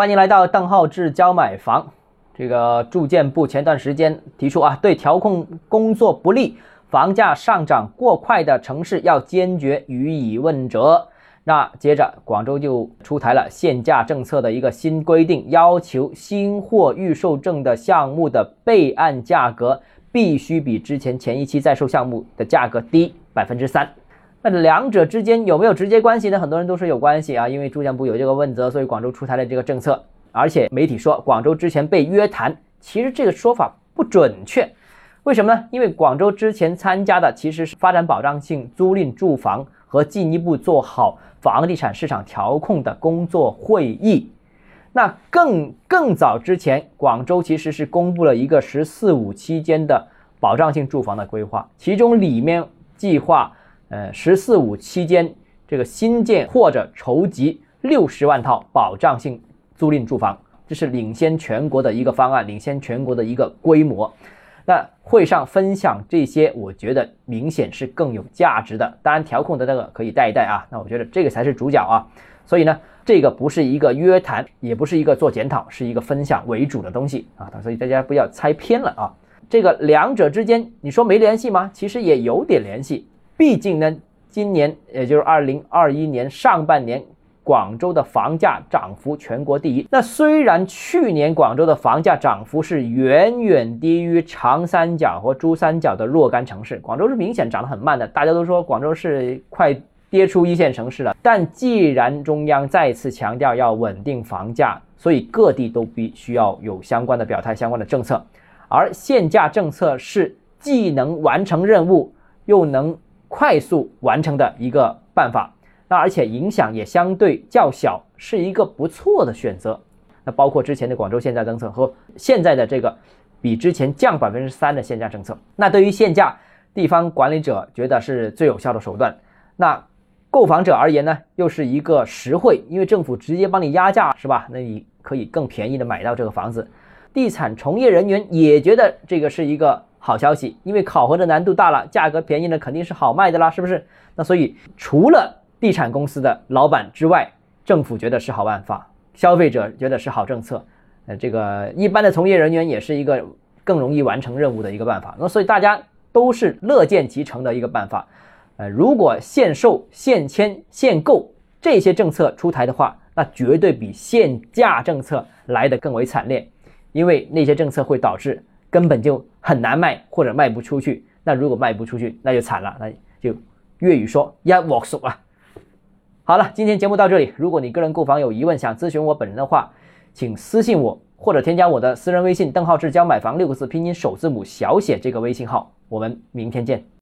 欢迎来到邓浩志教买房。这个住建部前段时间提出对调控工作不利、房价上涨过快的城市要坚决予以问责。那接着广州就出台了限价政策的一个新规定，要求新获预售证的项目的备案价格必须比之前前一期在售项目的价格低 3%。那两者之间有没有直接关系呢？很多人都说有关系因为住建部有这个问责，所以广州出台了这个政策。而且媒体说广州之前被约谈，其实这个说法不准确。为什么呢？因为广州之前参加的其实是发展保障性租赁住房和进一步做好房地产市场调控的工作会议。那更早之前，广州其实是公布了一个“十四五”期间的保障性住房的规划，其中里面计划“十四五”期间这个新建或者筹集60万套保障性租赁住房，这是领先全国的一个方案，领先全国的一个规模。那会上分享这些，我觉得明显是更有价值的。当然调控的那个可以带一带那我觉得这个才是主角所以呢，这个不是一个约谈，也不是一个做检讨，是一个分享为主的东西所以大家不要猜偏了这个两者之间你说没联系吗？其实也有点联系。毕竟呢，今年也就是2021年上半年，广州的房价涨幅全国第一。那虽然去年广州的房价涨幅是远远低于长三角和珠三角的若干城市，广州是明显涨得很慢的，大家都说广州是快跌出一线城市了。但既然中央再次强调要稳定房价，所以各地都必须要有相关的表态、相关的政策。而限价政策是既能完成任务又能快速完成的一个办法，那而且影响也相对较小，是一个不错的选择。那包括之前的广州限价政策和现在的这个比之前降 3% 的限价政策，那对于限价，地方管理者觉得是最有效的手段。那购房者而言呢，又是一个实惠，因为政府直接帮你压价，是吧？那你可以更便宜的买到这个房子。地产从业人员也觉得这个是一个好消息，因为考核的难度大了，价格便宜了肯定是好卖的啦，是不是？那所以除了地产公司的老板之外，政府觉得是好办法，消费者觉得是好政策，这个一般的从业人员也是一个更容易完成任务的一个办法。那所以大家都是乐见其成的一个办法。如果限售、限迁、限购这些政策出台的话，那绝对比限价政策来得更为惨烈，因为那些政策会导致根本就很难卖或者卖不出去。那如果卖不出去，那就惨了，那就粤语说一鑊熟啊。好了，今天节目到这里。如果你个人购房有疑问，想咨询我本人的话，请私信我或者添加我的私人微信邓浩志教买房6个字拼音首字母小写这个微信号。我们明天见。